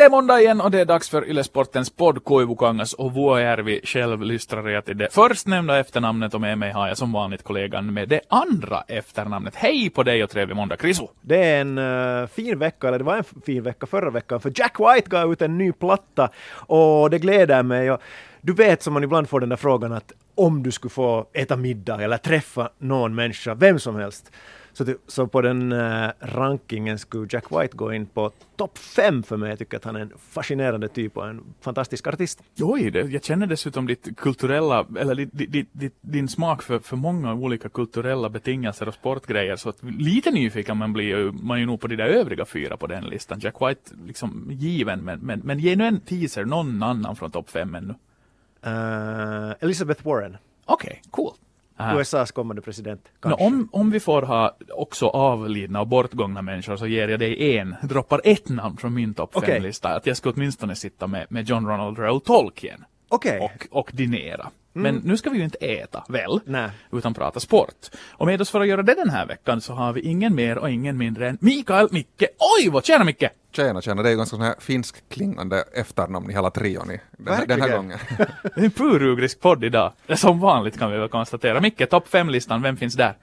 är måndag igen och det är dags för Yle Sportens podd Koivukangas och Vuojärvi själv lystrar till det förstnämnda efternamnet och med mig har jag som vanligt kollegan med det andra efternamnet. Hej på dig och trevlig måndag, Krisu! Det är en fin vecka, eller det var en fin vecka förra veckan, för Jack White gav ut en ny platta och det gläder mig. Och du vet som man ibland får den där frågan att om du skulle få äta middag eller träffa någon människa, vem som helst, så på den rankingen skulle Jack White gå in på topp 5 för mig. Jag tycker att han är en fascinerande typ och en fantastisk artist. Oj, jag känner dessutom ditt kulturella, eller din smak för många olika kulturella betingelser och sportgrejer, så att lite nyfiken man ju nog på de där övriga 4 på den listan. Jack White liksom given, men ge nu en teaser, någon annan från topp 5 ännu. Elizabeth Warren. Okej, cool. USAs kommande president. Om vi får ha också avlidna och bortgångna människor så ger jag dig droppar ett namn från min topp 5-lista. Att jag ska åtminstone sitta med John Ronald Reuel Tolkien och dinera. Men nu ska vi ju inte äta, väl? Nej. Utan prata sport. Och med oss för att göra det den här veckan så har vi ingen mer och ingen mindre än Mikael Micke Oivo. Tjena Micke! Tjena, det är ju ganska sån här finsk-klingande efternamn i hela trion i den här gången. Det är en purugrisk podd idag. Som vanligt kan vi väl konstatera. Micke, topp 5-listan, vem finns där?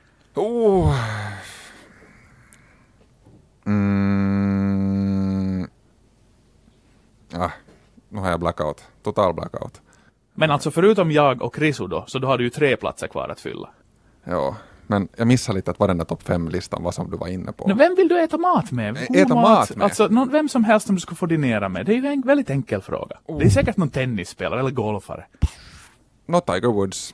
Nu har jag blackout. Total blackout. Men alltså förutom jag och Krisu då, så då har du ju 3 platser kvar att fylla. Ja, men jag missar lite att vad den där topp 5-listan var som du var inne på. Men vem vill du äta mat med? Äta mat med? Alltså vem som helst som du ska få dinera med. Det är ju en väldigt enkel fråga. Det är säkert någon tennisspelare eller golfare. Tiger Woods.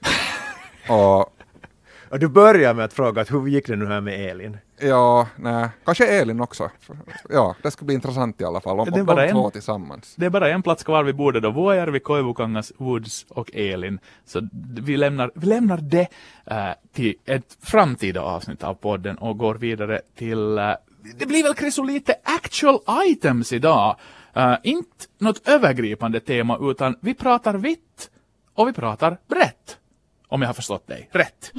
Och du börjar med att fråga att hur gick det nu här med Elin? Ja, nej. Kanske Elin också. Ja, det ska bli intressant i alla fall. Om de 2 tillsammans. Det är bara en plats kvar vid bordet då. Vuojärvi, Koivukangas, Woods och Elin. Så vi lämnar det till ett framtida avsnitt av podden och går vidare till... det blir väl Krisu lite actual items idag. Inte något övergripande tema utan vi pratar vitt och vi pratar brett. Om jag har förstått dig rätt.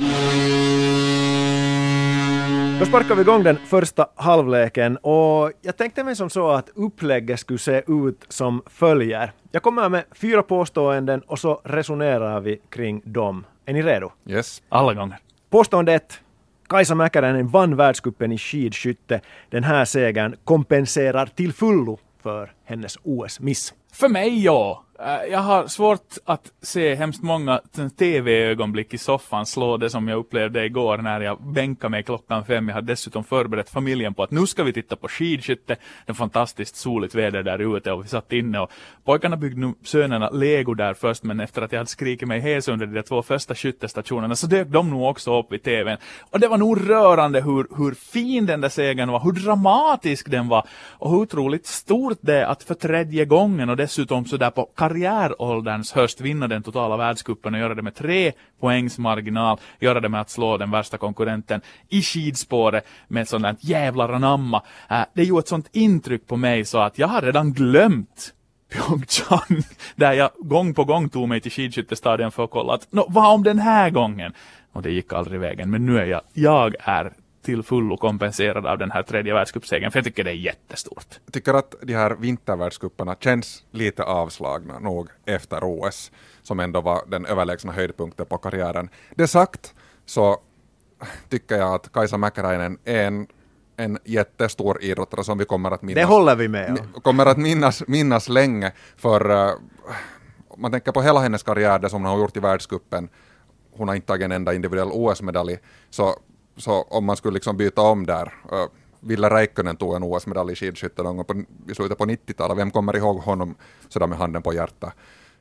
Då sparkar vi igång den första halvleken och jag tänkte mig som så att upplägget skulle se ut som följer. Jag kommer med 4 påståenden och så resonerar vi kring dem. Är ni redo? Yes. Alla gånger. Påstående 1. Kaisa Mäkäräinen vann världscupen i skidskytte. Den här segern kompenserar till fullo för hennes OS-miss. För mig, ja. Jag har svårt att se hemskt många tv-ögonblick i soffan slå det som jag upplevde igår när jag bänkade mig 5:00. Jag har dessutom förberett familjen på att nu ska vi titta på skidskytte. Det är fantastiskt soligt väder där ute och vi satt inne och pojkarna byggde nu sönerna Lego där först, men efter att jag hade skrikit mig hes under de 2 första skyttestationerna så dök de nog också upp i tvn. Och det var nog rörande hur fin den där segern var, hur dramatisk den var och hur otroligt stort det är att för 3:e gången och dessutom så där på karriärålderns höst vinna den totala världscupen och göra det med 3 poängs marginal, göra det med att slå den värsta konkurrenten i skidspåret med ett sånt där jävla ranamma. Det gjorde ett sånt intryck på mig så att jag har redan glömt Pyeongchang där jag gång på gång tog mig till skidskyttestadion för att kolla att vad om den här gången? Och det gick aldrig vägen, men nu är jag är till fullo kompenserad av den här 3:e världscupsegern, för jag tycker det är jättestort. Jag tycker att de här vintervärldscuperna känns lite avslagna nog efter OS, som ändå var den överlägsna höjdpunkten på karriären. Det sagt så tycker jag att Kaisa Mäkäräinen är en jättestor idrottare som vi kommer att minnas. Det håller vi med om. Kommer att minnas länge, för man tänker på hela hennes karriär, det som hon har gjort i världscupen. Hon har inte tagit en enda individuell OS-medalj, så om man skulle liksom byta om där, Ville Räikkönen tog en OS-medalj i skidskytte i slutet på 90-talet. Vem kommer ihåg honom sådär med handen på hjärtat?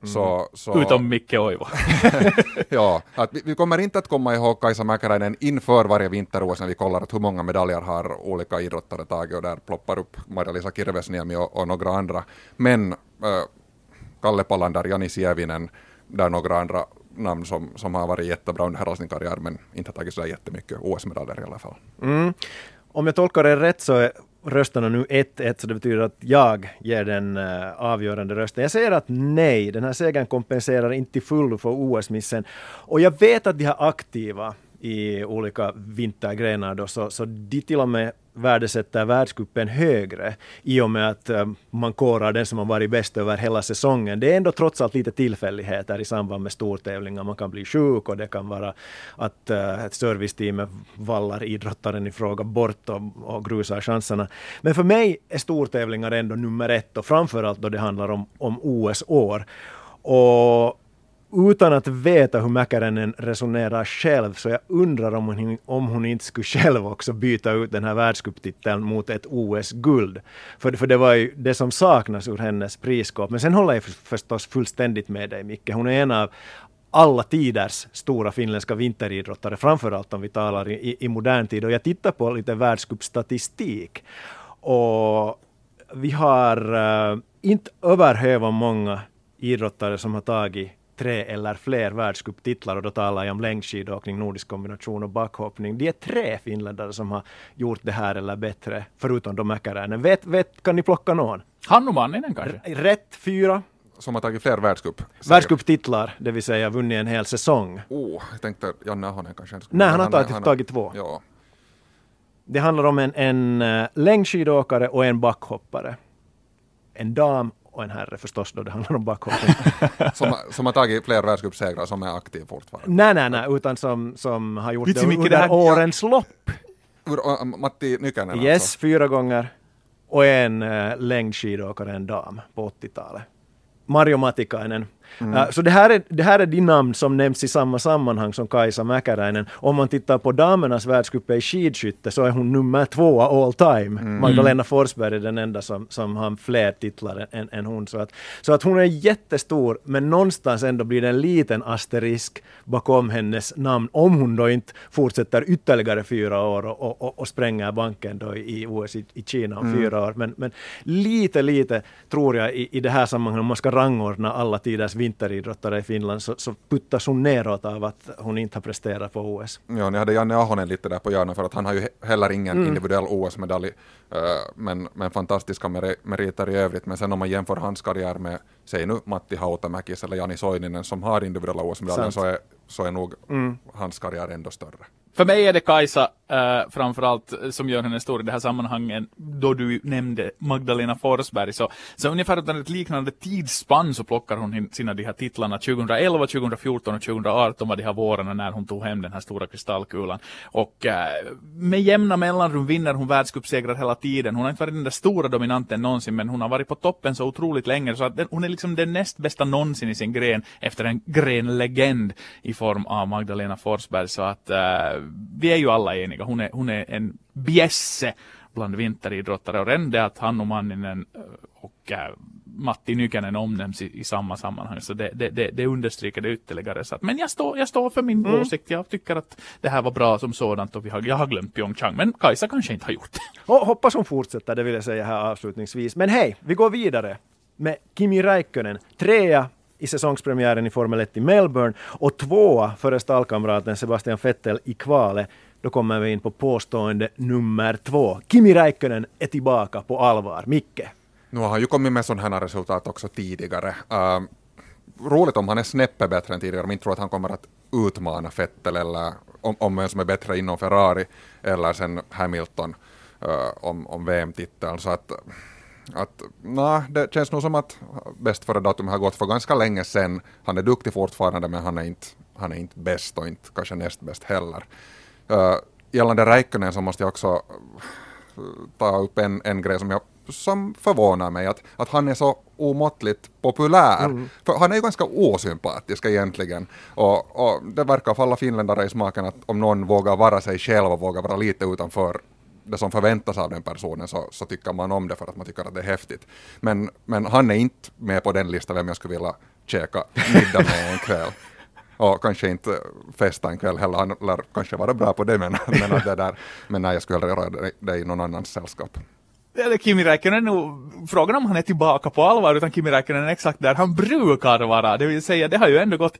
Utom Micke Oivo. Ja, att vi kommer inte att komma ihåg Kaisa Mäkäräinen inför varje vinter-OS när vi kollar att hur många medaljer har olika idrottare tagit och där ploppar upp Maria-Liisa Kirvesniemi och några andra. Men Kalle Palander, Jani Sievinen, där några andra namn som har varit jättebra under hela sin karriär men inte tagit så jättemycket OS-medaljer i alla fall. Om jag tolkar det rätt så är rösterna nu 1-1, så det betyder att jag ger den avgörande rösten. Jag säger att nej, den här segern kompenserar inte till fullo för OS-missen. Och jag vet att de här aktiva i olika vintergrenar då, så de till och med värdesätter världscupen högre i och med att man korar den som har varit bäst över hela säsongen. Det är ändå trots allt lite tillfälligheter i samband med stortävlingar. Man kan bli sjuk och det kan vara att ett serviceteam vallar idrottaren i fråga bort och grusar chanserna. Men för mig är stortävlingar ändå nummer 1 och framförallt då det handlar om OS-år. Och utan att veta hur Mäkäräinen resonerar själv så jag undrar om hon inte skulle själv också byta ut den här världscuptiteln mot ett OS-guld. För det var ju det som saknas ur hennes prisskåp. Men sen håller jag förstås fullständigt med dig, Micke. Hon är en av alla tiders stora finländska vinteridrottare, framförallt om vi talar i modern tid. Och jag tittar på lite världscupstatistik. Och vi har inte överhöva många idrottare som har tagit 3 eller fler världscuptitlar, och då talar jag om längdskidåkning, nordisk kombination och backhoppning. Det är 3 finländare som har gjort det här eller bättre, förutom de Mäkäräinen. Kan ni plocka någon? Hannu Manninen kanske? Rätt, 4. Som har tagit fler Världscuptitlar, det vill säga vunnit en hel säsong. Jag tänkte Janne Ahonen kanske. Nej, han har tagit 2. Ja. Det handlar om en längdskidåkare och en backhoppare. En dam och en herre förstås då det handlar om backhoppning. som har tagit fler världscupsegrar som är aktiv fortfarande. Nej, utan som har gjort Vitsi, det under årens lopp. Matti Nykänen Yes, alltså. 4 gånger. Och en längdskidåkare, en dam på 80-talet. Mario Matikainen. Så det här är de namn som nämns i samma sammanhang som Kaisa Mäkäräinen. Om man tittar på damernas världscup i skidskytte så är hon nummer 2 all time. Magdalena Forsberg är den enda som har fler titlar än hon. Så att hon är jättestor, men någonstans ändå blir det en liten asterisk bakom hennes namn om hon då inte fortsätter ytterligare 4 år och spränger banken då i OS i Kina om 4 år. Men lite tror jag i det här sammanhanget, om man ska rangordna alla tiders vinteridrottare i Finland så puttas hon neråt av att hon inte har presterat på OS. Ja, ni hade Janne Ahonen lite där på hjärnan för att han har ju heller ingen individuell OS-medalj men fantastiska meriter i övrigt. Men sen om man jämför hans karriär med, säg nu Matti Hautamäkis eller Jani Soininen som har individuella OS-medaljer så är nog hans karriär ändå större. För mig är det Kaisa framförallt som gör henne stor i det här sammanhanget. Då du nämnde Magdalena Forsberg så ungefär utan ett liknande tidsspann så plockar hon sina de här titlarna 2011, 2014 och 2018 var de här vårarna när hon tog hem den här stora kristallkulan. Och med jämna mellanrum vinner hon världscupsegrar hela tiden. Hon har inte varit den där stora dominanten någonsin, men hon har varit på toppen så otroligt länge så att hon är liksom den näst bästa någonsin i sin gren efter en grenlegend i form av Magdalena Forsberg. Så att vi är ju alla eniga. Hon är en bjässe bland vinteridrottare och redan det att Hannu Manninen och Matti Nykänen omnämns i samma sammanhang så det understryker det ytterligare. Så att, men jag står för min åsikt. Jag tycker att det här var bra som sådant och jag har glömt Pyeongchang, men Kaisa kanske inte har gjort det. Och hoppas hon fortsätter, det vill jag säga här avslutningsvis. Men hej, vi går vidare med Kimi Räikkönen, 3 i säsongspremiären i Formel 1 i Melbourne och 2 före stallkamraten Sebastian Vettel i kvalet. Då kommer vi in på påstående nummer 2. Kimi Räikkönen är tillbaka på allvar. Micke? Nu har han ju kommit med sådana här resultat också tidigare. Roligt om han är snäppet bättre än tidigare. Men inte tror att han kommer att utmana Vettel eller om en som är bättre inom Ferrari eller sen Hamilton om VM-titeln. Så att det känns nog som att bäst före datum har gått för ganska länge sedan. Han är duktig fortfarande men han är inte bäst och inte kanske näst bäst heller. Gällande Räikkönen så måste jag också ta upp en grej som förvånar mig att han är så omåttligt populär. För han är ju ganska osympatisk egentligen och det verkar falla finländare i smaken att om någon vågar vara sig själv och vågar vara lite utanför det som förväntas av den personen så tycker man om det för att man tycker att det är häftigt. Men han är inte med på den listan vem jag skulle vilja käka middag med en kväll. Och kanske inte festa en kväll heller. Han lär kanske vara bra på det men nej, jag skulle göra det i någon annans sällskap. Kimi Räikkönen är nog frågan om han är tillbaka på allvar utan Kimi Räikkönen är exakt där han brukar vara. Det vill säga det har ju ändå gått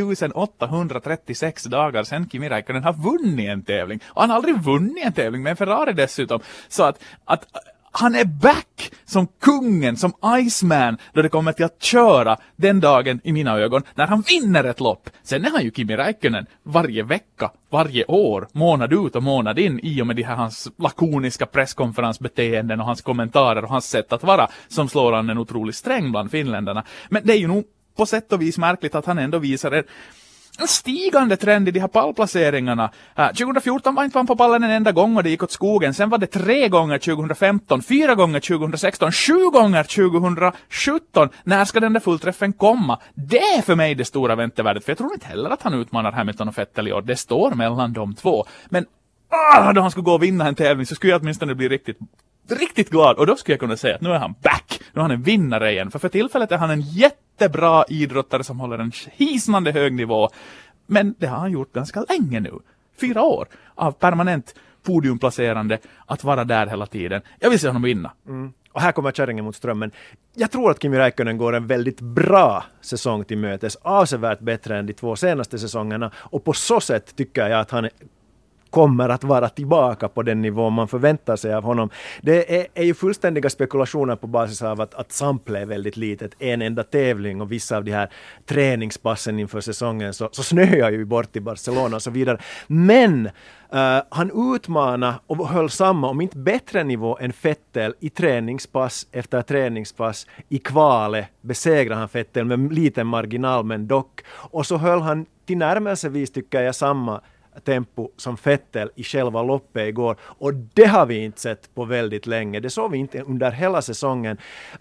1836 dagar sedan Kimi Räikkönen har vunnit en tävling. Och han har aldrig vunnit en tävling med en Ferrari dessutom. Så att han är back som kungen, som Iceman, då det kommer till att köra den dagen i mina ögon när han vinner ett lopp. Sen är han ju Kimi Räikkönen varje vecka, varje år, månad ut och månad in, i och med de här hans lakoniska presskonferensbeteenden och hans kommentarer och hans sätt att vara, som slår han en otrolig sträng bland finländarna. Men det är ju nog på sätt och vis märkligt att han ändå visar en stigande trend i de här pallplaceringarna. 2014 var inte han på pallen en enda gång och det gick åt skogen. Sen var det 3 gånger 2015, 4 gånger 2016, 7 gånger 2017. När ska den där fullträffen komma? Det är för mig det stora väntevärdet. För jag tror inte heller att han utmanar Hamilton och Vettel i år. Det står mellan de två. Men då han skulle gå och vinna en tävling så skulle jag åtminstone bli riktigt glad. Och då skulle jag kunna säga att nu är han back. Nu är han en vinnare igen. För tillfället är han en jättebra idrottare som håller en hisnande hög nivå. Men det har han gjort ganska länge nu. 4 år av permanent podiumplacerande, att vara där hela tiden. Jag vill se honom vinna. Och här kommer kärringen mot strömmen. Jag tror att Kimi Räikkönen går en väldigt bra säsong till mötes. Avsevärt bättre än de 2 senaste säsongerna. Och på så sätt tycker jag att han kommer att vara tillbaka på den nivå man förväntar sig av honom. Det är ju fullständiga spekulationer på basis av att sample är väldigt litet. En enda tävling och vissa av de här träningspassen inför säsongen så snöar ju bort i Barcelona och så vidare. Men han utmanar och höll samma, om inte bättre nivå än Vettel i träningspass efter träningspass. I kvalet besegrade han Vettel med liten marginal, men dock. Och så höll han till närmelsevis, tycker jag, samma tempo som Vettel i själva loppet igår, och det har vi inte sett på väldigt länge. Det såg vi inte under hela säsongen.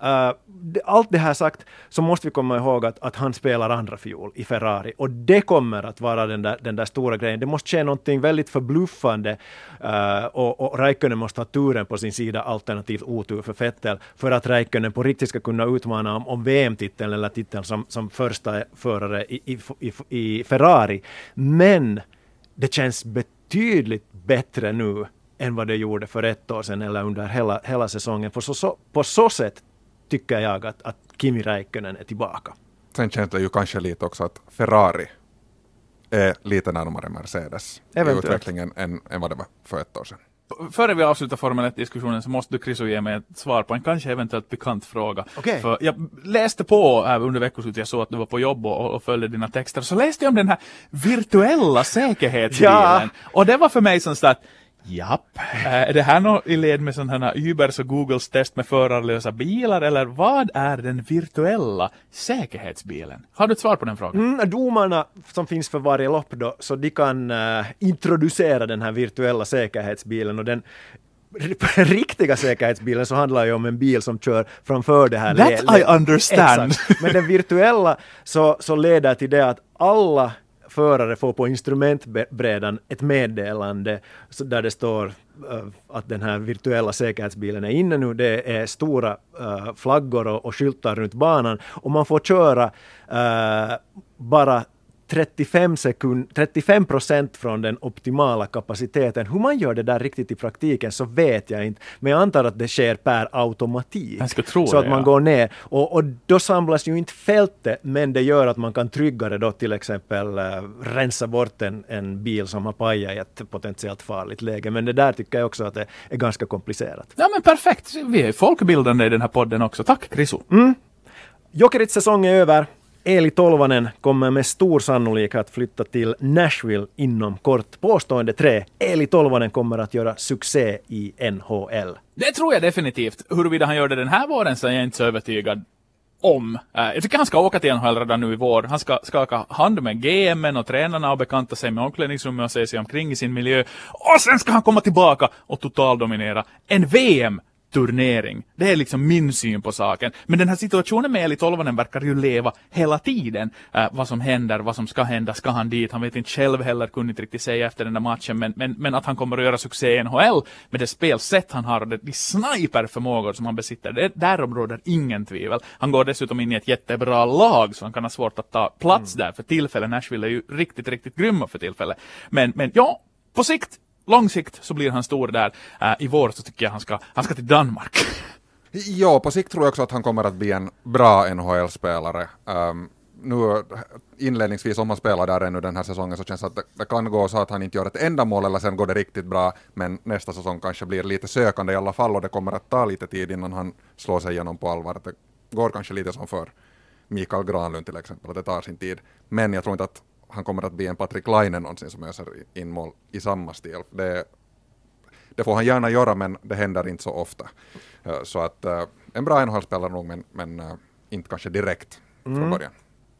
Allt det här sagt så måste vi komma ihåg att han spelar andra fiol i Ferrari, och det kommer att vara den där stora grejen. Det måste ske någonting väldigt förbluffande och Räikkönen måste ha turen på sin sida, alternativt otur för Vettel, för att Räikkönen på riktigt ska kunna utmana om VM-titeln eller titeln som första förare i Ferrari. Men det känns betydligt bättre nu än vad det gjorde för 1 år sedan eller under hela säsongen. På så sätt tycker jag att Kimi Räikkönen är tillbaka. Sen känns det ju kanske lite också att Ferrari är lite närmare Mercedes i utvecklingen än vad det var för 1 år sedan. Före vi avslutar Formel 1-diskussionen så måste du, Chris, ge mig ett svar på en kanske eventuellt bekant fråga. Okay. För jag läste på under veckoslutet, jag såg att du var på jobb och följde dina texter. Så läste jag om den här virtuella säkerhetsbilen. Ja. Och det var för mig sånt att japp, är det här något i led med sådana här Ubers och Googles test med förarlösa bilar, eller vad är den virtuella säkerhetsbilen? Har du ett svar på den frågan? Domarna som finns för varje lopp då, så de kan introducera den här virtuella säkerhetsbilen, och den riktiga säkerhetsbilen så handlar ju om en bil som kör framför det här. That I understand. Exakt. Men den virtuella så leder till det att alla förare får på instrumentbrädan ett meddelande där det står att den här virtuella säkerhetsbilen är inne nu. Det är stora flaggor och skyltar runt banan, och man får köra bara 35% från den optimala kapaciteten. Hur man gör det där riktigt i praktiken så vet jag inte. Men jag antar att det sker per automatik. Jag ska tro så det, att man går ner. Och då samlas ju inte fältet, men det gör att man kan tryggare då till exempel rensa bort en bil som har pajat i ett potentiellt farligt läge. Men det där tycker jag också att det är ganska komplicerat. Ja, men perfekt. Vi är folkbildande i den här podden också. Tack, Krisu. Jokerits säsong är över. Eeli Tolvanen kommer med stor sannolikhet att flytta till Nashville inom kort. Påstående 3. Eeli Tolvanen kommer att göra succé i NHL. Det tror jag definitivt. Huruvida han gör det den här våren så är jag inte så övertygad om. Jag tycker han ska åka till NHL redan nu i vår. Han ska skaka hand med GM:en och tränarna och bekanta sig med omklädningsrummet och se sig omkring i sin miljö. Och sen ska han komma tillbaka och totaldominera en VM-turnering. Det är liksom min syn på saken. Men den här situationen med Eeli Tolvanen verkar ju leva hela tiden. Vad som händer, vad som ska hända, ska han dit? Han vet inte själv heller, kunde inte riktigt säga efter den där matchen. Men att han kommer att göra succé i NHL med det spelsätt han har och de sniperförmågor som han besitter. Därom råder ingen tvivel. Han går dessutom in i ett jättebra lag så han kan ha svårt att ta plats där för tillfället. Nashville är ju riktigt, riktigt grymma för tillfället. Men ja, på sikt, lång sikt så blir han stor där. I vår så tycker jag han ska till Danmark. Ja, på sikt tror jag också att han kommer att bli en bra NHL-spelare. nu inledningsvis om han spelar där ännu den här säsongen så känns det att det kan gå så att han inte gör ett enda mål eller sen går det riktigt bra, men nästa säsong kanske blir lite sökande i alla fall och det kommer att ta lite tid innan han slår sig igenom på allvar. Det går kanske lite som för Mikael Granlund till exempel, att det tar sin tid. Men jag tror inte att han kommer att bli en Patrik Laine någonsin som öser in mål i samma stil. Det får han gärna göra, men det händer inte så ofta. Så att en bra NHL-spelare nog, men inte kanske direkt från början.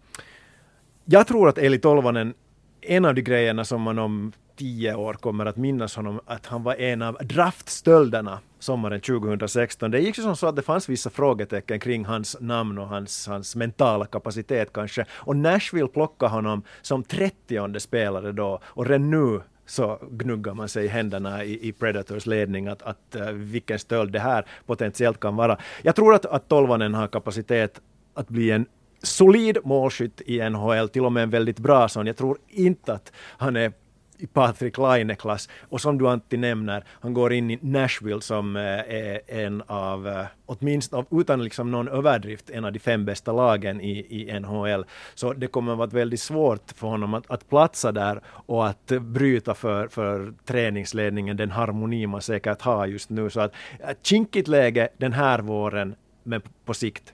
Jag tror att Eeli Tolvanen, en av de grejerna som man om 10 år kommer att minnas honom, att han var en av draftstölderna sommaren 2016. Det gick ju som så att det fanns vissa frågetecken kring hans namn och hans mentala kapacitet kanske. Och Nashville plockade honom som 30:e spelare då, och redan nu så gnuggar man sig i händerna i Predators ledning att vilken stöld det här potentiellt kan vara. Jag tror att Tolvanen har kapacitet att bli en solid målskytt i NHL, till och med en väldigt bra sån. Jag tror inte att han är i Patrik Laine-klass. Och som du Antti nämner, han går in i Nashville som är en av, åtminstone utan liksom någon överdrift, en av de 5 bästa lagen i NHL. Så det kommer att vara väldigt svårt för honom att platsa där och att bryta för träningsledningen, den harmoni man säkert har just nu. Så att kinkigt läge den här våren, men på sikt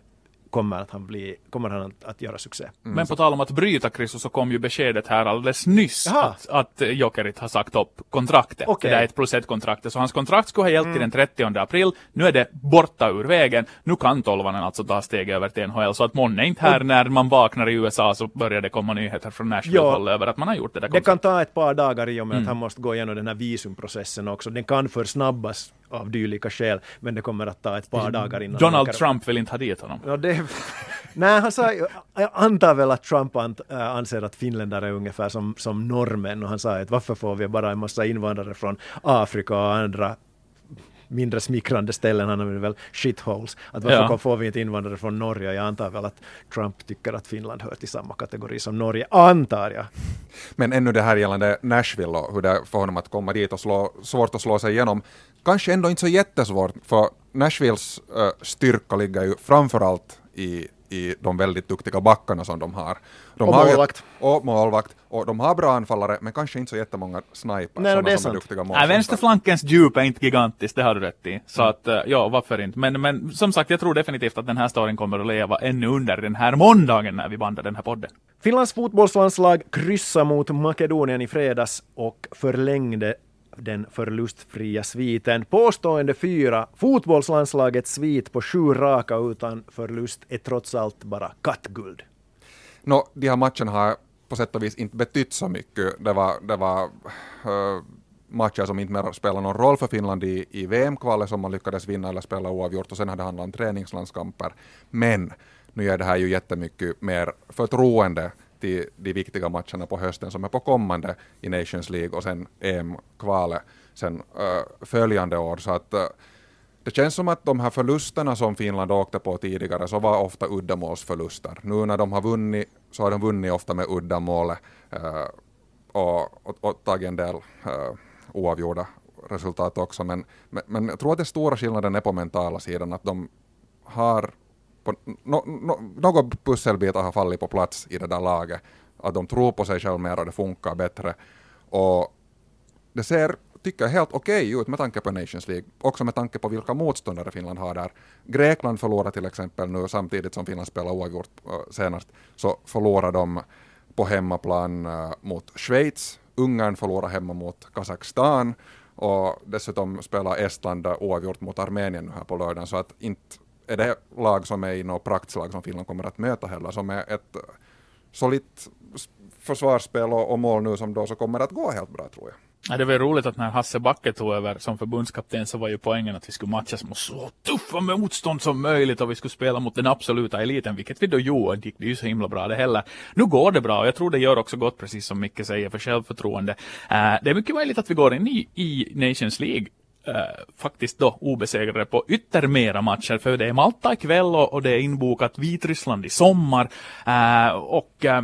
kommer han att göra succé. Men på tal om att bryta, Chris, så kom ju beskedet här alldeles nyss att Jokerit har sagt upp kontraktet. Okay. Det är ett +1-kontrakt. Så hans kontrakt skulle ha gällt till den 30 april. Nu är det borta ur vägen. Nu kan Tolvanen alltså ta steg över till NHL. Så att månne är inte här när man vaknar i USA så börjar det komma nyheter från Nashville över att man har gjort det där kontraktet. Det kan ta ett par dagar i och med att han måste gå igenom den här visumprocessen också. Den kan försnabbas av dylika skäl, men det kommer att ta ett par dagar innan. Donald Trump vill inte ha dit honom. Ja, nej, han sa, jag antar väl att Trump anser att finländare är ungefär som norrmän, och han sa att varför får vi bara en massa invandrare från Afrika och andra mindre smickrande ställen, han har väl shitholes, att varför får vi inte invandrare från Norge? Jag antar väl att Trump tycker att Finland hör till samma kategori som Norge, antar jag. Men ännu det här gällande Nashville och hur det är för honom att komma dit och svårt att slå sig igenom, kanske ändå inte så jättesvårt, för Nashvilles styrka ligger ju framförallt i de väldigt duktiga backarna som de har. Målvakt. Och de har bra anfallare, men kanske inte så jättemånga snipers. Nej, det är som är duktiga målvakter. Vänsterflankens djup är inte gigantiskt, det har du rätt i. Så att, varför inte? Men som sagt, jag tror definitivt att den här storyn kommer att leva ännu under den här måndagen när vi bandar den här podden. Finlands fotbollslandslag kryssade mot Makedonien i fredags och förlängde den förlustfria sviten. Påstående 4, fotbollslandslagets svit på 7 raka utan förlust är trots allt bara kattguld. De här matcherna har på sätt och vis inte betytt så mycket. Det var matcher som inte mer spelar någon roll för Finland i VM-kvalet som man lyckades vinna eller spela oavgjort, och sen hade det handlat om träningslandskamper. Men nu ger det här ju jättemycket mer förtroende till de viktiga matcherna på hösten som är på kommande i Nations League och sen EM-kvalet sen följande år. Så att det känns som att de här förlusterna som Finland åkte på tidigare så var ofta uddamålsförluster. Nu när de har vunnit så har de vunnit ofta med uddamål och tagit en del oavgjorda resultat också. Men jag tror att den stora skillnaden är på mentala sidan, att de har något pusselbitar har fallit på plats i det där laget. Att de tror på sig själv mer och det funkar bättre. Och det ser, tycker jag, helt okej ut med tanke på Nations League. Också med tanke på vilka motståndare Finland har där. Grekland förlorar till exempel nu samtidigt som Finland spelar oavgjort senast. Så förlorar de på hemmaplan mot Schweiz. Ungern förlorar hemma mot Kazakstan. Och dessutom spelar Estland oavgjort mot Armenien nu här på lördagen. Så att inte är det lag som är i något praktslag som Finland kommer att möta heller, som är ett solitt försvarsspel och mål nu som då så kommer att gå helt bra, tror jag. Ja, det var roligt att när Hasse Backe tog över som förbundskapten så var ju poängen att vi skulle matchas mot så tuffa motstånd som möjligt och vi skulle spela mot den absoluta eliten, vilket vi då gjorde. Det är ju så himla bra det heller. Nu går det bra och jag tror det gör också gott, precis som Micke säger, för självförtroende. Det är mycket möjligt att vi går in i Nations League faktiskt då obesegrade på yttermera matcher, för det är Malta ikväll och det är inbokat Vitryssland i sommar och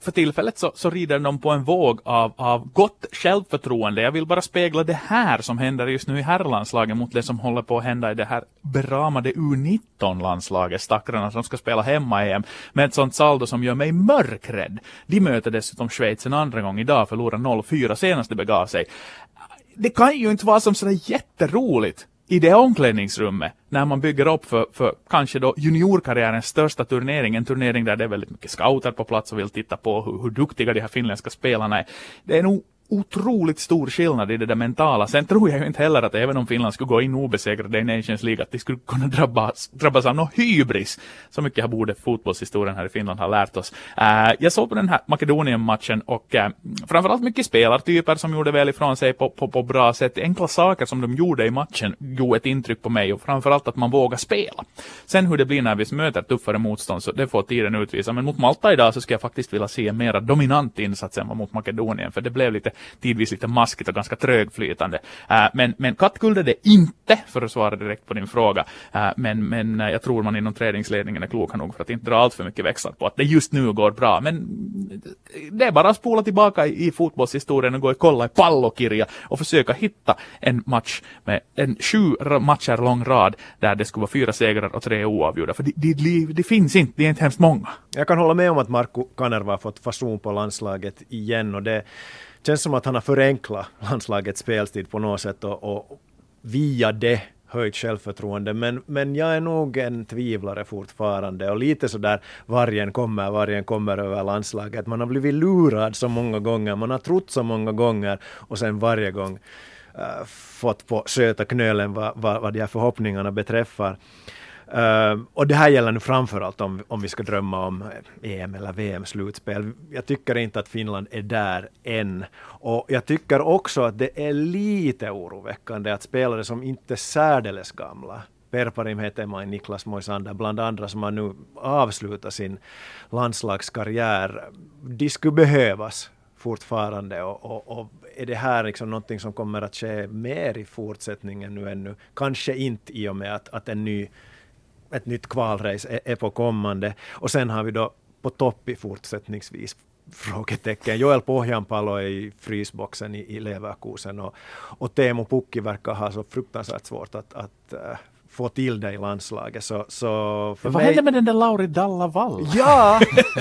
för tillfället så rider de på en våg av gott självförtroende. Jag vill bara spegla det här som händer just nu i herrlandslaget mot det som håller på att hända i det här beramade U19-landslaget. Stackarna som ska spela hemma EM med ett sånt saldo som gör mig mörkrädd. De möter dessutom Schweiz en andra gång idag, förlorar 0-4 senast det begav sig. Det kan ju inte vara som sådär jätteroligt i det omklädningsrummet när man bygger upp för kanske då juniorkarriärens största turnering, en turnering där det är väldigt mycket scouter på plats och vill titta på hur duktiga de här finländska spelarna är. Det är nog otroligt stor skillnad i det där mentala. Sen tror jag ju inte heller att även om Finland skulle gå in obesegrade i Nations League att de skulle kunna drabbas av någon hybris. Så mycket har både fotbollshistorien här i Finland har lärt oss. Jag såg på den här Makedonien-matchen och framförallt mycket spelartyper som gjorde väl ifrån sig på bra sätt. Enkla saker som de gjorde i matchen gjorde ett intryck på mig och framförallt att man vågar spela. Sen hur det blir när vi möter tuffare motstånd så det får tiden utvisa. Men mot Malta idag så ska jag faktiskt vilja se en mer dominant insats än mot Makedonien för det blev tidvis lite maskigt och ganska trögflytande. Men kattguld är det inte, för att svara direkt på din fråga. Men jag tror man inom träningsledningen är kloka nog för att inte dra allt för mycket växlar på att det just nu går bra. Men det är bara att spola tillbaka i fotbollshistorien och gå och kolla i pallokirja och försöka hitta en match med en 7 matcher lång rad där det skulle vara 4 segrar och 3 oavgjorda. För det finns inte, det är inte hemskt många. Jag kan hålla med om att Markku Kanerva har fått fason på landslaget igen och det känns som att han har förenklat landslagets speltid på något sätt och via det höjt självförtroende. Men jag är nog en tvivlare fortfarande och lite så där vargen kommer över landslaget. Man har blivit lurad så många gånger, man har trott så många gånger och sen varje gång fått på söta knölen vad de här förhoppningarna beträffar. Och det här gäller nu framförallt om vi ska drömma om EM eller VM-slutspel. Jag tycker inte att Finland är där än. Och jag tycker också att det är lite oroväckande att spelare som inte är särdeles gamla, Per-Parim Hetemäki, Niklas Moisander, bland andra som har nu avslutat sin landslagskarriär, de skulle behövas fortfarande och är det här liksom någonting som kommer att ske mer i fortsättningen nu ännu? Kanske inte i och med att ett nytt kvalrace är på kommande. Och sen har vi då på topp i fortsättningsvis frågetecken. Joel Pohjanpalo är i frysboxen i Leverkusen och Teemu Pukki verkar ha så fruktansvärt svårt att få till det i landslaget. Så för vad hände med den där Lauri Dallavall? Ja!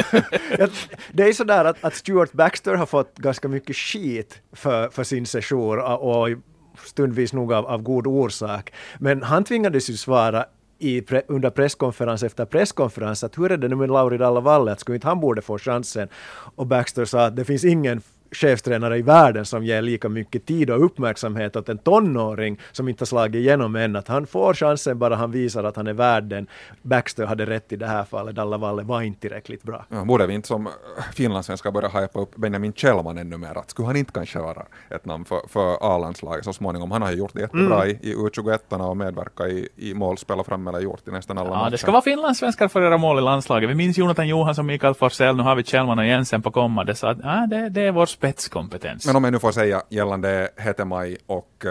Det är sådär att Stuart Baxter har fått ganska mycket skit för sin sejour och stundvis nog av god orsak. Men han tvingades ju svara under presskonferens efter presskonferens att hur är det nu med Lauri Dallavall, att skulle inte han borde få chansen, och Baxter sa att det finns ingen chefstränare i världen som ger lika mycket tid och uppmärksamhet åt en tonåring som inte har slagit igenom än, att han får chansen bara han visar att han är värd den. Baxter hade rätt i det här fallet, Dallavalle var inte tillräckligt bra. Ja, borde vi inte som finlandssvenskar börja hypa upp Benjamin Kjellman ännu mer? Att skulle han inte kanske vara ett namn för A-landslaget så småningom? Han har ju gjort det jättebra i U21 och medverkat i målspel och fram eller gjort i nästan alla matcher. Det ska vara finlandssvenskar för att göra mål i landslaget. Vi minns Jonathan Johansson, Mikael Forsell, nu har vi Kjellman och Jensen på kommande, så att det är vår spetskompetens. Men om jag nu får säga gällande Hetemäki och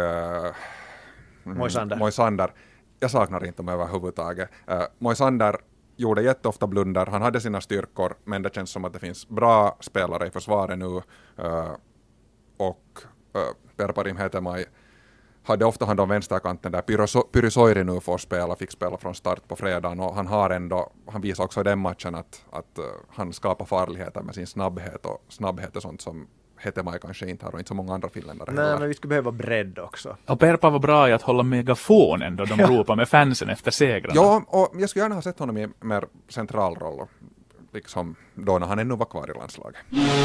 Moisander, jag saknar inte dem överhuvudtaget. Moisander gjorde jätteofta blunder, han hade sina styrkor, men det känns som att det finns bra spelare i försvaret nu och Per-Parim Hetemäki hade ofta hand om vänsterkanten där Pyry Soiri nu fick spela från start på fredagen, och han visar också i den matchen att han skapar farligheter med sin snabbhet, och snabbhet är sånt som Hetemäki kanske inte har och inte så många andra finländare. Nej, men vi skulle behöva bredd också. Och Perpa var bra i att hålla megafonen då de ropar med fansen efter segrarna. Ja, och jag skulle gärna ha sett honom i mer central roll, liksom då när han ännu var kvar i landslaget.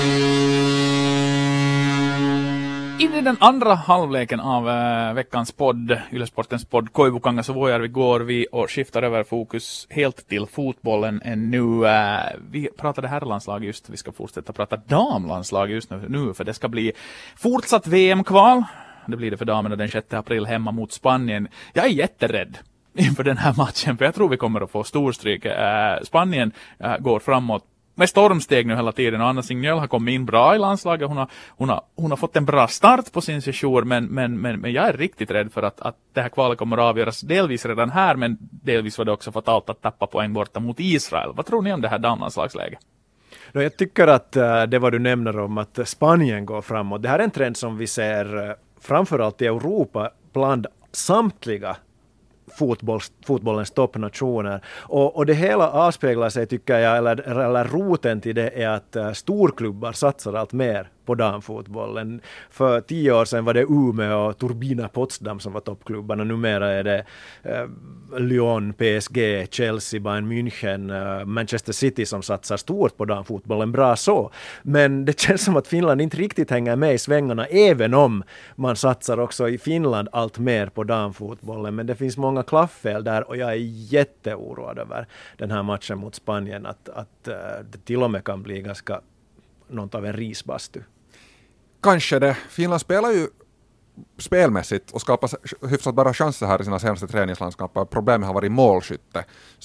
In i den andra halvleken av veckans podd, Yle-sportens podd Koivukanga, så går vi och skiftar över fokus helt till fotbollen nu. Vi pratade herrlandslag just, vi ska fortsätta prata damlandslag just nu, för det ska bli fortsatt VM-kval. Det blir det för damerna den 6 april hemma mot Spanien. Jag är jätterädd inför den här matchen, för jag tror vi kommer att få storstryk. Spanien går framåt med stormsteg nu hela tiden, och Anna Signell har kommit in bra i landslaget. Hon har fått en bra start på sin session, men jag är riktigt rädd för att det här kvalet kommer att avgöras delvis redan här, men delvis var det också fatalt att tappa poäng borta mot Israel. Vad tror ni om det här damlandslagsläget? Jag tycker att det vad du nämner om att Spanien går framåt, det här är en trend som vi ser framförallt i Europa bland samtliga fotbollens toppnationer. Och det hela avspeglar sig, tycker jag, eller roten till det är att storklubbar satsar allt mer på damfotbollen. För 10 år sedan var det Umeå och Turbina Potsdam som var toppklubbarna. Numera är det Lyon, PSG, Chelsea, Bayern München, Manchester City som satsar stort på damfotbollen. Bra så. Men det känns som att Finland inte riktigt hänger med i svängarna, även om man satsar också i Finland allt mer på damfotbollen. Men det finns många klaffel där och jag är jätteoroad över den här matchen mot Spanien. Att det till och med kan bli ganska något av en risbastu. Kanske det. Finland spelar ju spelmässigt och skapar hyfsat bara chanser här i sina senaste träningslandskamper. Problemet har varit målskytte.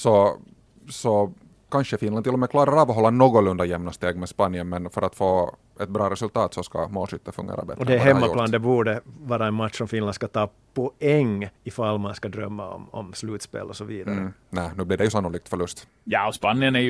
Så kanske Finland till och med klarar av att hålla någorlunda jämna steg med Spanien, men för att få ett bra resultat så ska målskytte fungera bättre. Och det är hemmaplan, det borde vara en match som Finland ska ta poäng ifall man ska drömma om slutspel och så vidare. Nej, nu blir det ju sannolikt förlust. Ja, och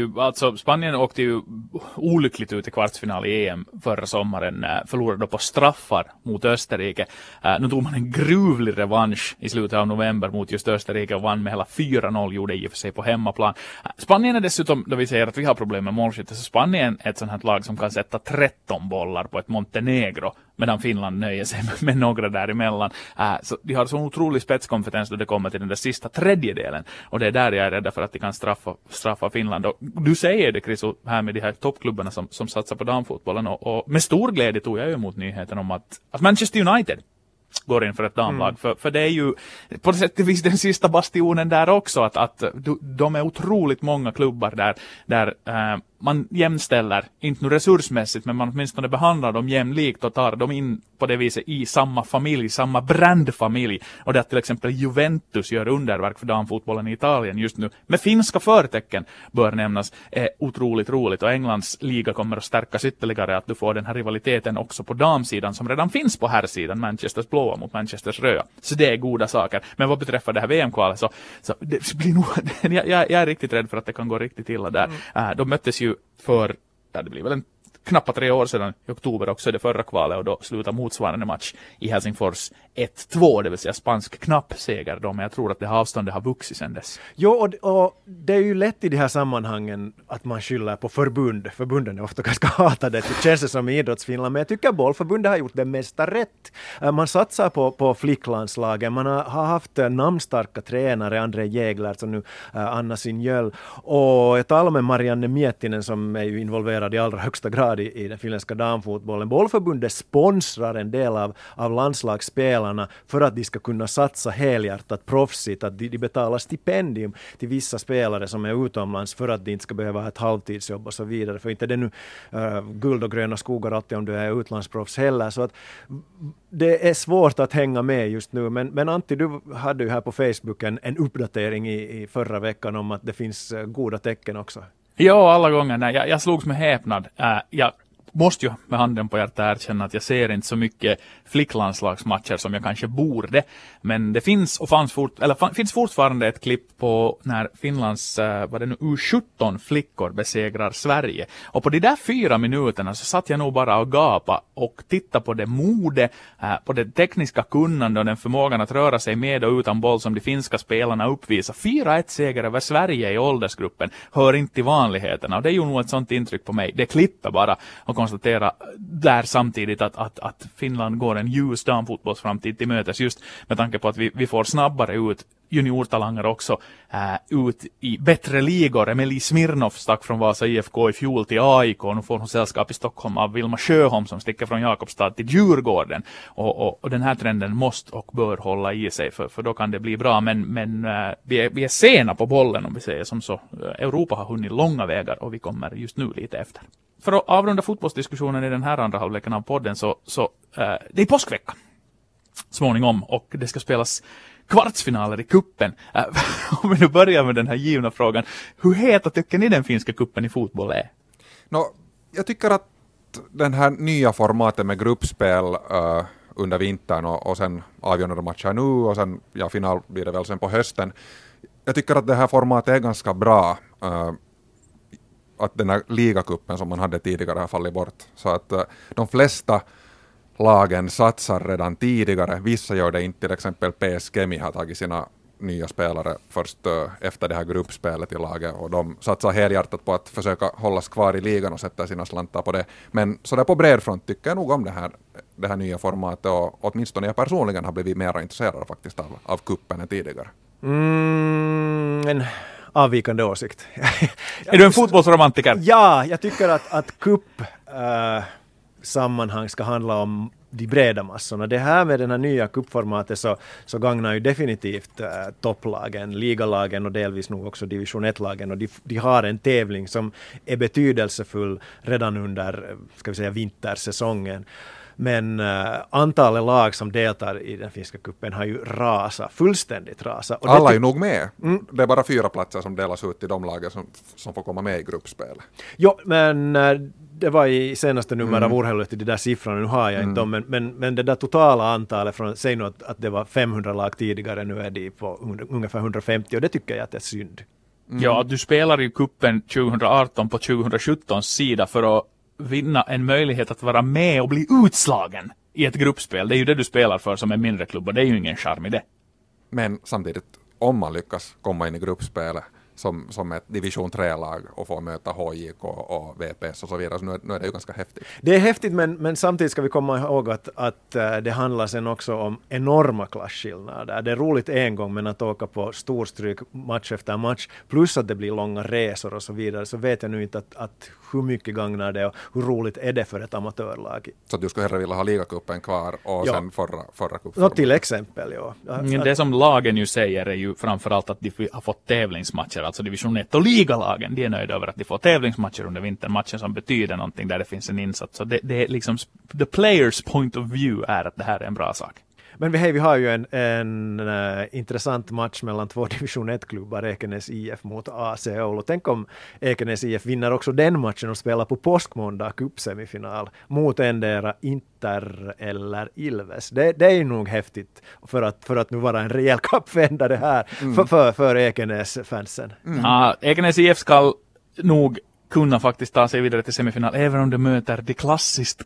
Spanien åkte ju olyckligt ut i kvartsfinal i EM förra sommaren, förlorade på straffar mot Österrike. Nu tog man en gruvlig revansch i slutet av november mot just Österrike och vann med hela 4-0, gjorde i och för sig på hemmaplan. Spanien är dessutom, då vi säger att vi har problem med målskytte, så Spanien är ett sånt här lag som kan sätta 13 bollar på ett Montenegro, medan Finland nöjer sig med några däremellan. Så de har så otrolig spetskompetens då det kommer till den där sista tredjedelen. Och det är där jag är rädd för att de kan straffa Finland. Och du säger det, Chris, här med de här toppklubbarna som satsar på damfotbollen. Och med stor glädje tog jag emot nyheten om att Manchester United går in för ett damlag. För det är ju på sätt och vis den sista bastionen där också. Att de är otroligt många klubbar där man jämställer, inte nu resursmässigt, men man åtminstone behandlar dem jämlikt och tar dem in på det viset i samma familj, samma brandfamilj. Och där till exempel Juventus gör underverk för damfotbollen i Italien just nu. Med finska förtecken bör nämnas, är otroligt roligt. Och Englands liga kommer att stärkas ytterligare, att du får den här rivaliteten också på damsidan som redan finns på herrsidan, Manchesters blåa mot Manchesters röda. Så det är goda saker. Men vad beträffar det här VM-kvalet så det blir nog, jag är riktigt rädd för att det kan gå riktigt illa där. De möttes ju för, det blir väl knappt 3 år sedan, i oktober också, det förra kvalet, och då slutar motsvarande match i Helsingfors 1-2, det vill säga spansk knapp seger då, men jag tror att det här avståndet har vuxit sedan dess. Jo, och det är ju lätt i de här sammanhangen att man skyller på förbunden är ofta ganska hatade, det känns det som i idrottsfinland, men jag tycker bollförbundet har gjort det mesta rätt. Man satsar på flicklandslagen, man har haft namnstarka tränare, André Jäglert och nu Anna Sinjöl, och jag talar med Marianne Miettinen som är ju involverad i allra högsta grad i den finländska damfotbollen. Bollförbundet sponsrar en del av landslagsspelarna för att de ska kunna satsa helhjärtat proffsigt, att de betalar stipendium till vissa spelare som är utomlands för att de inte ska behöva ha ett halvtidsjobb och så vidare. För inte det nu guld och gröna skogar alltid om du är utlandsproffs heller. Så att det är svårt att hänga med just nu. Men Antti, du hade ju här på Facebook en uppdatering i förra veckan om att det finns goda tecken också. Ja, alla gånger. Nej, jag slogs med häpnad. Jag måste ju med handen på hjärtat erkänna att jag ser inte så mycket flicklandslagsmatcher som jag kanske borde. Men det finns finns fortfarande ett klipp på när Finlands U17 flickor besegrar Sverige. Och på de där 4 minuterna så satt jag nog bara och gapa och tittade på det mode, på det tekniska kunnande och den förmågan att röra sig med och utan boll som de finska spelarna uppvisar. 4-1 seger över Sverige i åldersgruppen hör inte till vanligheterna. Och det är ju nog ett sånt intryck på mig. Det klipper bara och konstatera där samtidigt att Finland går en ljus damfotbollsframtid till mötes, just med tanke på att vi får snabbare ut juniortalanger också ut i bättre ligor. Emily Smirnov stack från Vasa IFK i fjol till AIK, och nu får hon sällskap i Stockholm av Vilma Sjöholm som sticker från Jakobstad till Djurgården, och den här trenden måste och bör hålla i sig, för då kan det bli bra, men vi är sena på bollen, om vi säger som så. Europa har hunnit långa vägar och vi kommer just nu lite efter. För att avrunda fotbollsdiskussionen i den här andra halvleken av podden så det är påskvecka småningom, och det ska spelas kvartsfinaler i kuppen. Om vi nu börjar med den här givna frågan, hur heta tycker ni den finska kuppen i fotboll är? Jag tycker att den här nya formatet med gruppspel under vintern och sen avgörande matcher nu och sen final blir det väl sen på hösten. Jag tycker att det här formatet är ganska bra. att den här ligacupen som man hade tidigare har fallit bort. Så att de flesta lagen satsar redan tidigare. Vissa gör det inte, till exempel PSG har tagit sina nya spelare först efter det här gruppspelet i laget, och de satsar helhjärtat på att försöka hållas kvar i ligan och sätta sina slantar på det. Men så där på bred front tycker jag nog om det här nya formatet, och åtminstone jag personligen har blivit mer intresserad faktiskt av kuppen än tidigare. En avvikande åsikt. Är du en fotbollsromantiker? Ja, jag tycker att sammanhang ska handla om de breda massorna. Det här med den här nya kuppformatet så gagnar ju definitivt topplagen, ligalagen och delvis nog också division 1-lagen, och de har en tävling som är betydelsefull redan under, ska vi säga, vintersäsongen. Men antalet lag som deltar i den finska kuppen har ju fullständigt rasat. Alla är ju nog med. Det är bara 4 platser som delas ut till de lagen som får komma med i gruppspel. Jo, men det var i senaste nummer av Urheilullehti, de där siffrorna, nu har jag inte dem, men det där totala antalet, säg nu att det var 500 lag tidigare, nu är det på ungefär 150, och det tycker jag att det är synd. Ja, du spelar ju kuppen 2018 på 2017 sida för att vinna en möjlighet att vara med och bli utslagen i ett gruppspel. Det är ju det du spelar för som en mindre klubb, och det är ju ingen charm i det. Men samtidigt, om man lyckas komma in i gruppspelet som ett division 3-lag och få möta HJK och VPS och så vidare, så nu är det ju ganska häftigt. Det är häftigt, men samtidigt ska vi komma ihåg att det handlar sen också om enorma klasskillnader. Det är roligt en gång, men att åka på storstryk match efter match, plus att det blir långa resor och så vidare, så vet jag nu inte att hur mycket gagnar det och hur roligt är det för ett amatörlag. Så du skulle hellre vilja ha ligacupen kvar och sen förra cupen? Till exempel, ja. Det som lagen ju säger är ju framförallt att de har fått tävlingsmatcher, alltså division 1 och ligalagen, de är nöjda över att de får tävlingsmatcher under vintermatchen som betyder någonting där det finns en insats. Så det är liksom, the players point of view är att det här är en bra sak. Men vi har ju en intressant match mellan 2 division 1-klubbar, Ekenäs IF mot AC Oulu. Tänk om Ekenäs IF vinner också den matchen och spelar på påskmåndag cupsemifinal mot endera Inter eller Ilves. Det är ju nog häftigt för att nu vara en rejäl cupvändare här för Ekenäs-fansen. Ekenäs IF ska nog kunna faktiskt ta sig vidare till semifinal, även om det möter det klassiskt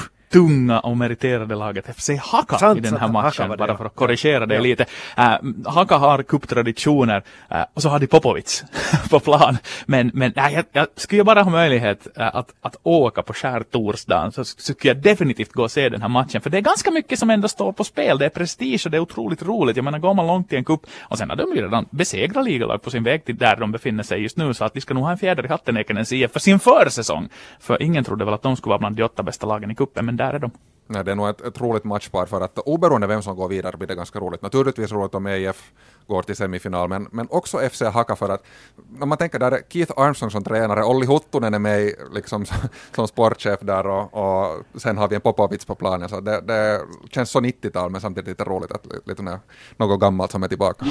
tunga och meriterade laget FC Haka i den här matchen, bara för att korrigera det lite. Haka har kupptraditioner och så har de Popovic på plan. Men jag skulle ju bara ha möjlighet att åka på skärtorsdagen, så skulle jag definitivt gå och se den här matchen, för det är ganska mycket som ändå står på spel. Det är prestige och det är otroligt roligt. Jag menar, går man långt i en kupp, och sen har de ju redan besegrat ligalag på sin väg till där de befinner sig just nu, så att de ska nog ha en fjäder i hatten, Ekenäs IF, för sin försäsong. För ingen trodde väl att de skulle vara bland de 8 bästa lagen i kuppen, men där är de. Nej, det är nog ett roligt matchpar, för att oberoende vem som går vidare blir det ganska roligt. Naturligtvis roligt om EIF går till semifinal, men också FC Haka, för att när man tänker där Keith Armstrong som tränare, Olli Huttunen är med liksom som sportchef där, och sen har vi en Popovic på planen, så det känns så 90-tal, men samtidigt lite roligt att lite något gammalt som är tillbaka.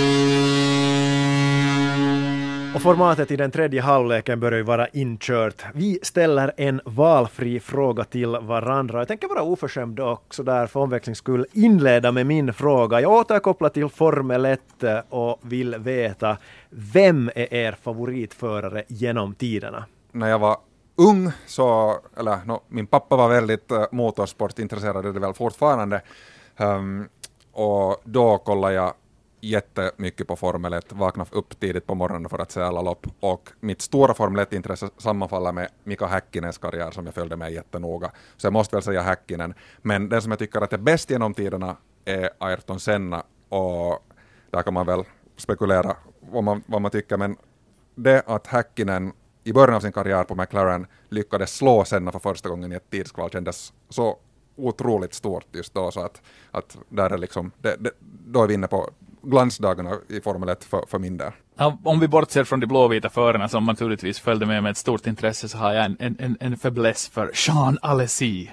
Och formatet i den tredje halvleken börjar ju vara inkört. Vi ställer en valfri fråga till varandra. Jag tänker vara oförskämd och så där för omväxlings skull inleda med min fråga. Jag återkopplar till Formel 1 och vill veta, vem är er favoritförare genom tiderna? När jag var ung min pappa var väldigt motorsportintresserad, det är väl fortfarande. Och då kollade jag jättemycket på Formel 1, vakna upp tidigt på morgonen för att se alla lopp, och mitt stora Formel 1-intresse sammanfaller med Mika Häkkinens karriär som jag följde med jättenoga, så jag måste väl säga Häkkinen, men den som jag tycker att är bäst genom tiderna är Ayrton Senna, och där kan man väl spekulera vad man tycker, men det att Häkkinen i början av sin karriär på McLaren lyckades slå Senna för första gången i ett tidskval kändes så otroligt stort just då, så att där är liksom då är vi inne på glansdagarna i Formel 1 för min del. Ja, om vi bortser från de blåvita förarna som naturligtvis följde med ett stort intresse, så har jag en fäbless för Jean Alesi.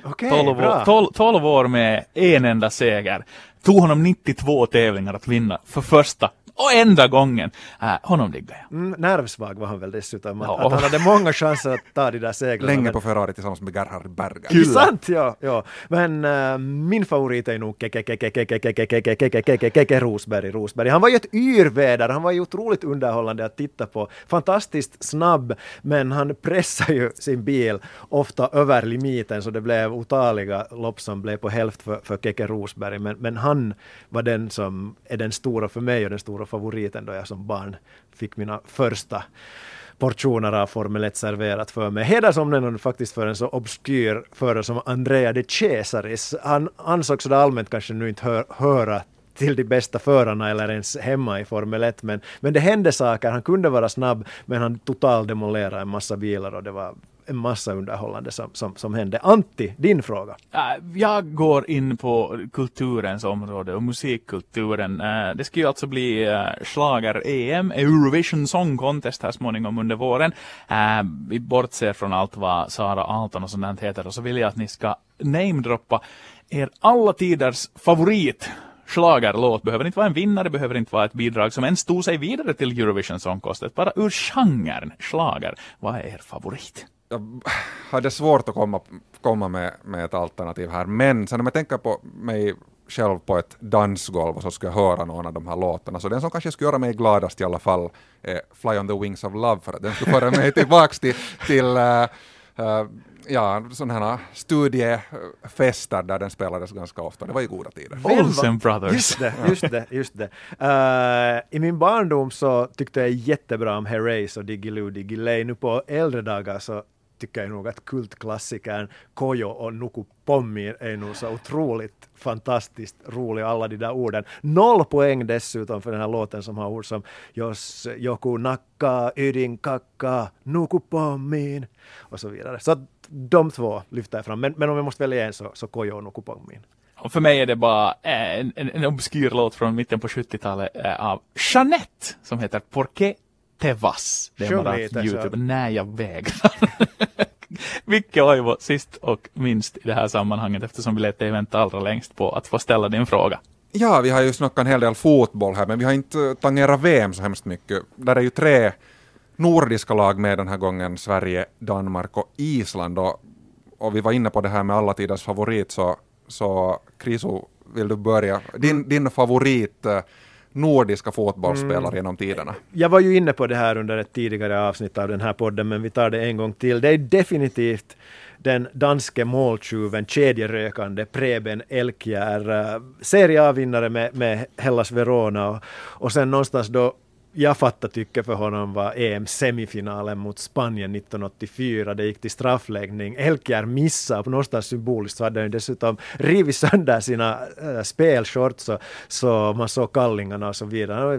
12 år med en enda seger. Tog honom 92 tävlingar att vinna för första och enda gången. Honom diggar jag. Nervsvag var han väl dessutom. Ja. Att han hade många chanser att ta de där segrarna. Länge men- på Ferrari tillsammans med Gerhard Berger. Är det sant? Ja. Men min favorit är nog Keke Rosberg. Han var ju ett yrväder, han var ju otroligt underhållande att titta på. Fantastiskt snabb, men han pressade ju sin bil ofta över limiten så det blev otaliga lopp som blev på hälft för Keke Rosberg. Men han var den som är den stora för mig och den stora favoriten då jag som barn fick mina första portioner av Formel 1 serverat för mig. Hedersomnämnande faktiskt för en så obskyr förare som Andrea De Cesaris. Han ansågs så allmänt kanske nu inte höra till de bästa förarna eller ens hemma i Formel 1, men det hände saker. Han kunde vara snabb, men han totalt demolerade en massa bilar och det var en massa underhållande som hände. Antti, din fråga. Jag går in på kulturens område och musikkulturen. Det ska ju alltså bli schlager-EM, Eurovision Song Contest här småningom under våren. Vi bortser från allt vad Sara Alton och sånt heter och så vill jag att ni ska namedroppa er alla tiders favorit schlagerlåt. Behöver inte vara en vinnare, behöver inte vara ett bidrag som ens tog sig vidare till Eurovision Song Contest. Bara ur genren schlager. Vad är er favorit? Jag hade svårt att komma med ett alternativ här, men sen om jag tänker på mig själv på ett dansgolv och så ska jag höra någon av de här låtarna, så den som kanske skulle göra mig gladast i alla fall är Fly on the Wings of Love, för att den skulle föra mig tillbaks till sådana här studiefester där den spelades ganska ofta. Det var ju goda tider. Olsen Brothers. Just det. I min barndom så tyckte jag jättebra om Herreys och Diggiloo Diggiley. Nu på äldre dagar så tycker jag nog att kultklassikern Kojo och Nuku Pommi är nog så otroligt fantastiskt rolig, alla de där orden. 0 poäng dessutom för den här låten som har ord som Jos joku nakka, ydin kakka, Nuku Pommin och så vidare. Så att de två lyfter jag fram. Men om jag måste välja en så Kojo och Nuku Pommin. Och för mig är det bara en obskyr låt från mitten på 70-talet av Jeanette som heter Porqué te vas. Det är bara YouTube. Nej, jag vägrar. Micke Oivo, sist och minst i det här sammanhanget eftersom vi lät dig vänta allra längst på att få ställa din fråga. Ja, vi har ju snackat en hel del fotboll här, men vi har inte tangerat VM så hemskt mycket. Där är ju 3 nordiska lag med den här gången, Sverige, Danmark och Island. Och vi var inne på det här med alla tiders favorit, så Krisu, vill du börja? Din favorit nordiska fotbollsspelare genom tiderna. Jag var ju inne på det här under ett tidigare avsnitt av den här podden, men vi tar det en gång till. Det är definitivt den danske måltjuven, kedjerökande Preben Elkjær, Serie A-vinnare med Hellas Verona och sen någonstans då jag fattar tycke för honom var EM-semifinalen mot Spanien 1984. Det gick till straffläggning. Elkjær missade på någonstans symboliskt, så hade han dessutom rivit sönder sina spelshorts så man såg kallingarna och så vidare.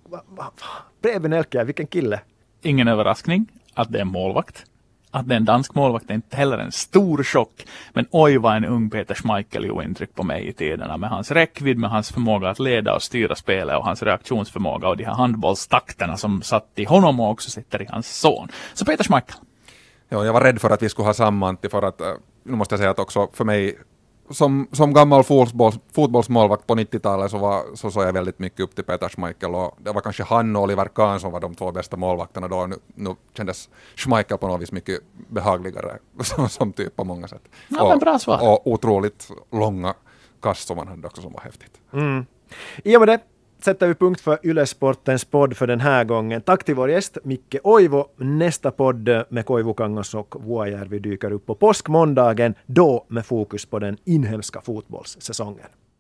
Preben Elkjær, vilken kille! Ingen överraskning att det är en målvakt. Att det är en dansk målvakt är inte heller en stor chock. Men oj vad en ung Peter Schmeichel gjorde intryck på mig i tiderna. Med hans räckvidd, med hans förmåga att leda och styra spelet och hans reaktionsförmåga och de här handbollstakterna som satt i honom och också sitter i hans son. Så Peter Schmeichel. Ja, jag var rädd för att vi skulle ha samma, för att nu måste jag säga att också för mig som gammal fotbollsmålvakt på 90-talet så såg jag väldigt mycket upp till Peter Schmeichel, och det var kanske han och Oliver Kahn som var de 2 bästa målvakterna då. Nu kändes Schmeichel på något vis mycket behagligare som typ på många sätt. Ja, men bra svar. Och otroligt långa kast som han hade också, som var häftigt. I och med det sätter vi punkt för Yle Sportens podd för den här gången. Tack till vår gäst Micke Oivo. Nästa podd med Koivu Kangas och Vuojärvi dyker upp på påskmåndagen, då med fokus på den inhemska fotbollssäsongen.